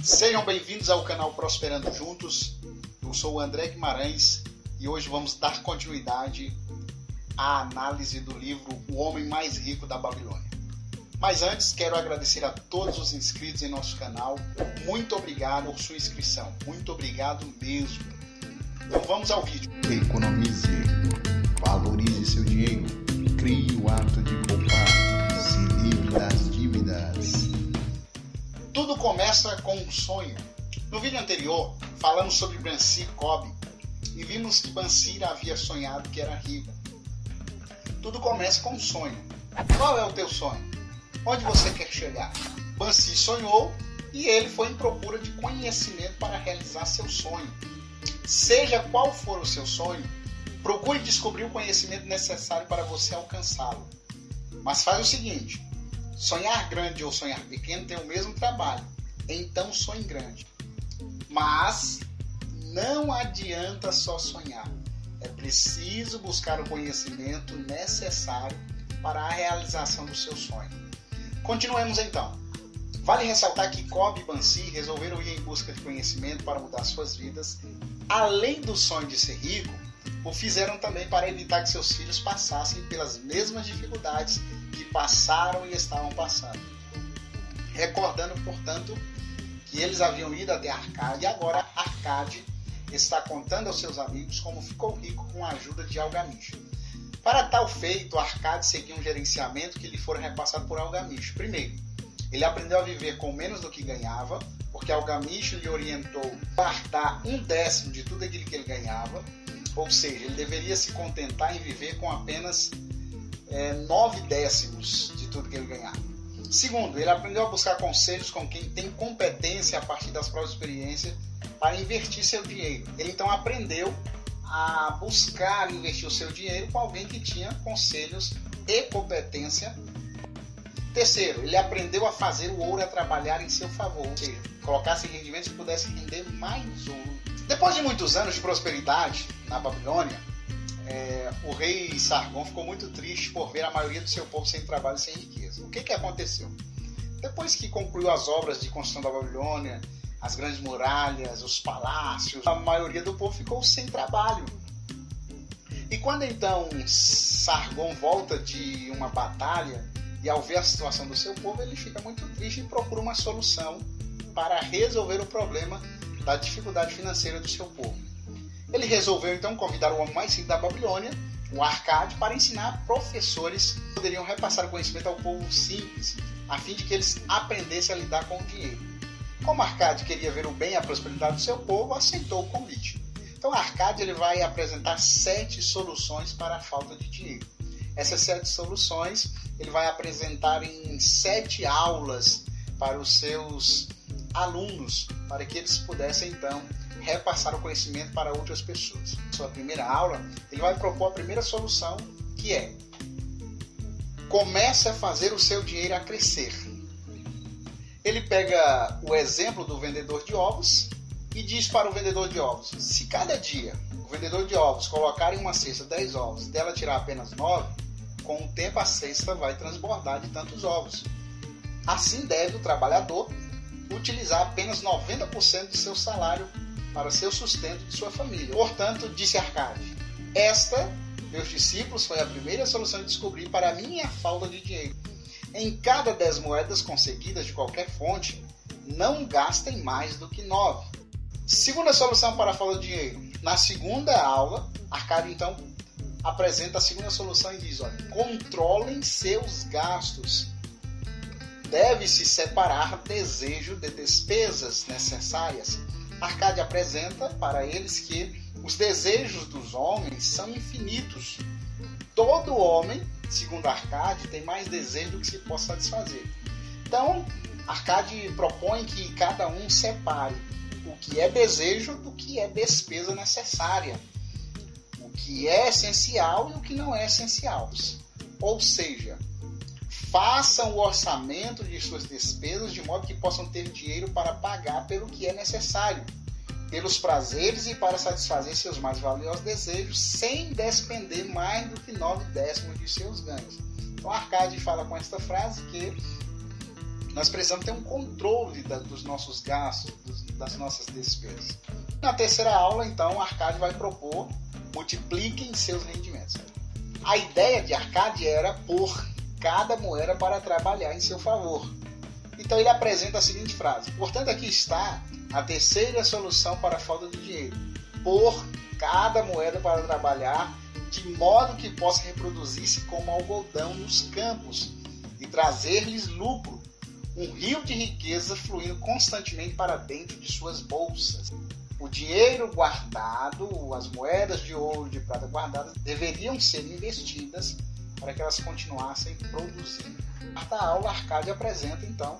Sejam bem-vindos ao canal Prosperando Juntos. Eu sou o André Guimarães e hoje vamos dar continuidade à análise do livro O Homem Mais Rico da Babilônia. Mas antes, quero agradecer a todos os inscritos em nosso canal. Muito obrigado por sua inscrição. Muito obrigado mesmo. Então vamos ao vídeo. Economize, valorize seu dinheiro, crie o hábito de poupar, se livre das dívidas. Tudo começa com um sonho. No vídeo anterior, falamos sobre Bansi Cobb e vimos que Bansi havia sonhado que era rico. Tudo começa com um sonho. Qual é o teu sonho? Onde você quer chegar? Bansi sonhou e ele foi em procura de conhecimento para realizar seu sonho. Seja qual for o seu sonho, procure descobrir o conhecimento necessário para você alcançá-lo. Mas faz o seguinte: sonhar grande ou sonhar pequeno tem o mesmo trabalho, então sonhe grande. Mas não adianta só sonhar, é preciso buscar o conhecimento necessário para a realização do seu sonho. Continuemos então. Vale ressaltar que Cobb e Bansi resolveram ir em busca de conhecimento para mudar suas vidas. Além do sonho de ser rico, o fizeram também para evitar que seus filhos passassem pelas mesmas dificuldades que passaram e estavam passando. Recordando, portanto, que eles haviam ido até Arcade e agora Arcade está contando aos seus amigos como ficou rico com a ajuda de Algamish. Para tal feito, Arcade seguiu um gerenciamento que lhe foi repassado por Algamish. Primeiro, ele aprendeu a viver com menos do que ganhava, porque Algamish lhe orientou a guardar 1/10 de tudo aquilo que ele ganhava, ou seja, ele deveria se contentar em viver com apenas 9/10 de tudo que ele ganhava. Segundo, ele aprendeu a buscar conselhos com quem tem competência a partir das próprias experiências para investir seu dinheiro. Ele então aprendeu a buscar investir o seu dinheiro com alguém que tinha conselhos e competência. Terceiro, ele aprendeu a fazer o ouro a trabalhar em seu favor, ou seja, colocasse rendimentos que pudessem render mais ouro. Depois de muitos anos de prosperidade na Babilônia, o rei Sargon ficou muito triste por ver a maioria do seu povo sem trabalho e sem riqueza. O que aconteceu? Depois que concluiu as obras de construção da Babilônia, as grandes muralhas, os palácios, a maioria do povo ficou sem trabalho. E quando então Sargon volta de uma batalha e ao ver a situação do seu povo, ele fica muito triste e procura uma solução para resolver o problema da dificuldade financeira do seu povo. Ele resolveu então convidar o homem mais rico da Babilônia, o Arcade, para ensinar professores que poderiam repassar o conhecimento ao povo simples, a fim de que eles aprendessem a lidar com o dinheiro. Como Arcade queria ver o bem e a prosperidade do seu povo, aceitou o convite. Então Arcade ele vai apresentar 7 soluções para a falta de dinheiro. Essas 7 soluções ele vai apresentar em 7 aulas para os seus alunos, para que eles pudessem então repassar o conhecimento para outras pessoas. Na sua primeira aula, ele vai propor a primeira solução, que é: comece a fazer o seu dinheiro a crescer. Ele pega o exemplo do vendedor de ovos e diz para o vendedor de ovos: se cada dia o vendedor de ovos colocar em uma cesta 10 ovos e dela tirar apenas 9, com o tempo a cesta vai transbordar de tantos ovos. Assim deve o trabalhador utilizar apenas 90% de seu salário para seu sustento de sua família. Portanto, disse Arcade, esta, meus discípulos, foi a primeira solução que descobri para a minha falta de dinheiro. Em cada 10 moedas conseguidas de qualquer fonte, não gastem mais do que 9. Segunda solução para a falta de dinheiro. Na segunda aula, Arcade então apresenta a segunda solução e diz: olha, controlem seus gastos. Deve-se separar desejo de despesas necessárias. Arcade apresenta para eles que os desejos dos homens são infinitos. Todo homem, segundo Arcade, tem mais desejo do que se possa satisfazer. Então, Arcade propõe que cada um separe o que é desejo do que é despesa necessária, o que é essencial e o que não é essencial. Ou seja, façam o orçamento de suas despesas de modo que possam ter dinheiro para pagar pelo que é necessário, pelos prazeres e para satisfazer seus mais valiosos desejos, sem despender mais do que 9/10 de seus ganhos. Então Arcade fala com esta frase que nós precisamos ter um controle dos nossos gastos, das nossas despesas. Na terceira aula, então, Arcade vai propor: multipliquem seus rendimentos. A ideia de Arcade era pôr cada moeda para trabalhar em seu favor. Então ele apresenta a seguinte frase: portanto, aqui está a terceira solução para a falta de dinheiro: pôr cada moeda para trabalhar de modo que possa reproduzir-se como algodão nos campos e trazer-lhes lucro, um rio de riqueza fluindo constantemente para dentro de suas bolsas. O dinheiro guardado, as moedas de ouro e de prata guardadas, deveriam ser investidas para que elas continuassem produzindo. Na quarta aula, Arcade apresenta, então,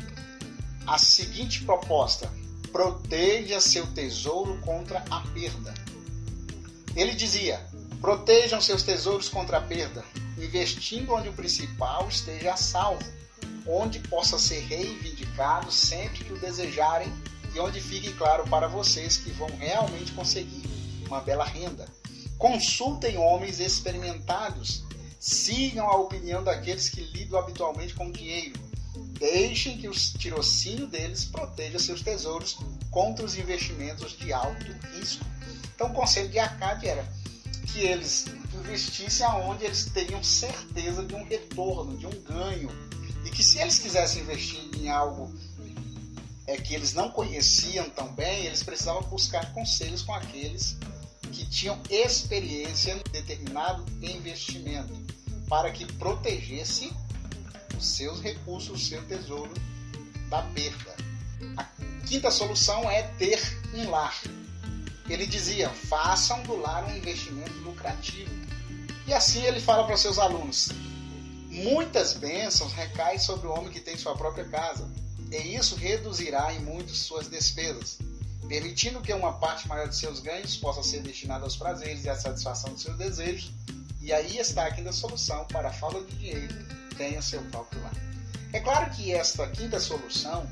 a seguinte proposta: proteja seu tesouro contra a perda. Ele dizia: protejam seus tesouros contra a perda, investindo onde o principal esteja a salvo, onde possa ser reivindicado sempre que o desejarem e onde fique claro para vocês que vão realmente conseguir uma bela renda. Consultem homens experimentados, sigam a opinião daqueles que lidam habitualmente com dinheiro, deixem que o tirocínio deles proteja seus tesouros contra os investimentos de alto risco. Então o conselho de Arcade era que eles investissem aonde eles teriam certeza de um retorno, de um ganho, e que se eles quisessem investir em algo que eles não conheciam tão bem, eles precisavam buscar conselhos com aqueles que tinham experiência em determinado investimento, para que protegesse os seus recursos, o seu tesouro da perda. A quinta solução é ter um lar. Ele dizia: façam do lar um investimento lucrativo. E assim ele fala para os seus alunos: muitas bênçãos recaem sobre o homem que tem sua própria casa, e isso reduzirá em muito suas despesas, permitindo que uma parte maior de seus ganhos possa ser destinada aos prazeres e à satisfação de seus desejos. E aí está a quinta solução para a falta de dinheiro: tenha seu próprio lar. É claro que esta quinta solução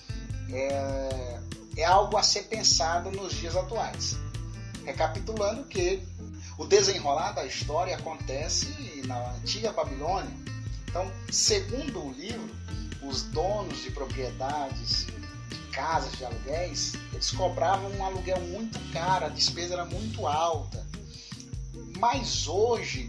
é algo a ser pensado nos dias atuais. Recapitulando que o desenrolar da história acontece na antiga Babilônia. Então, segundo o livro, os donos de propriedades, de casas de aluguéis, eles cobravam um aluguel muito caro, a despesa era muito alta. Mas hoje,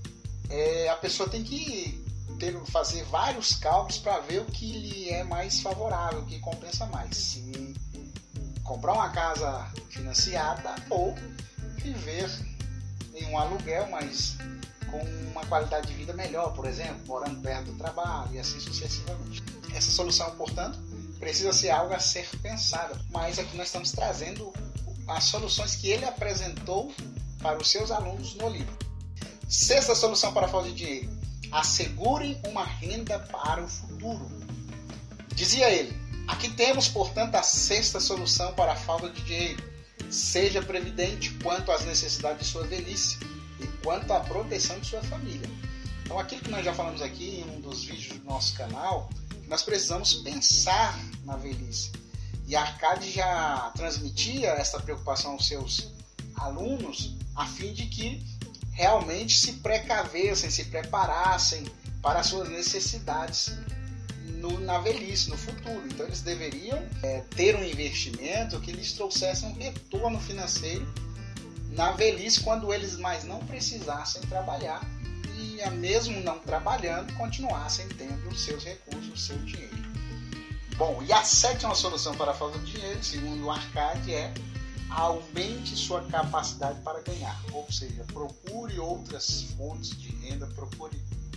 a pessoa tem que fazer vários cálculos para ver o que lhe é mais favorável, o que compensa mais. Se comprar uma casa financiada ou viver em um aluguel, mas com uma qualidade de vida melhor, por exemplo, morando perto do trabalho e assim sucessivamente. Essa solução, portanto, precisa ser algo a ser pensado, mas aqui nós estamos trazendo as soluções que ele apresentou para os seus alunos no livro. Sexta solução para a falta de dinheiro: assegurem uma renda para o futuro. Dizia ele: aqui temos, portanto, a sexta solução para a falta de dinheiro. Seja previdente quanto às necessidades de sua velhice e quanto à proteção de sua família. Então, aquilo que nós já falamos aqui em um dos vídeos do nosso canal, nós precisamos pensar na velhice. E Arcade já transmitia essa preocupação aos seus alunos a fim de que realmente se precavessem, se preparassem para as suas necessidades na velhice, no futuro. Então eles deveriam ter um investimento que lhes trouxesse um retorno financeiro na velhice, quando eles mais não precisassem trabalhar e, mesmo não trabalhando, continuassem tendo os seus recursos, o seu dinheiro. Bom, e a sétima solução para a falta de dinheiro, segundo o Arcade, é: aumente sua capacidade para ganhar. Ou seja, procure outras fontes de renda, procure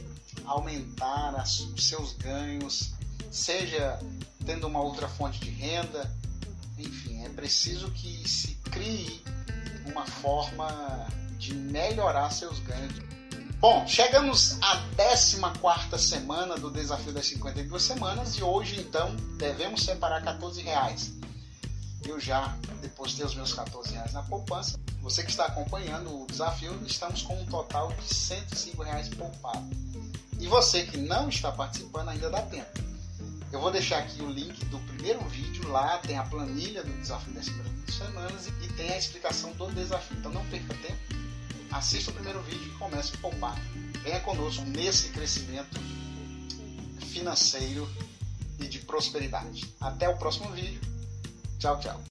aumentar os seus ganhos, seja tendo uma outra fonte de renda. Enfim, é preciso que se crie uma forma de melhorar seus ganhos. Bom, chegamos à 14ª semana do desafio das 52 semanas e hoje, então, devemos separar R$14. Eu já depositei os meus R$14 na poupança. Você que está acompanhando o desafio, estamos com um total de R$105 poupado. E você que não está participando, ainda dá tempo. Eu vou deixar aqui o link do primeiro vídeo, lá tem a planilha do desafio das 52 semanas e tem a explicação do desafio. Então não perca tempo, assista o primeiro vídeo e comece a poupar. Venha conosco nesse crescimento financeiro e de prosperidade. Até o próximo vídeo. Tchau, tchau.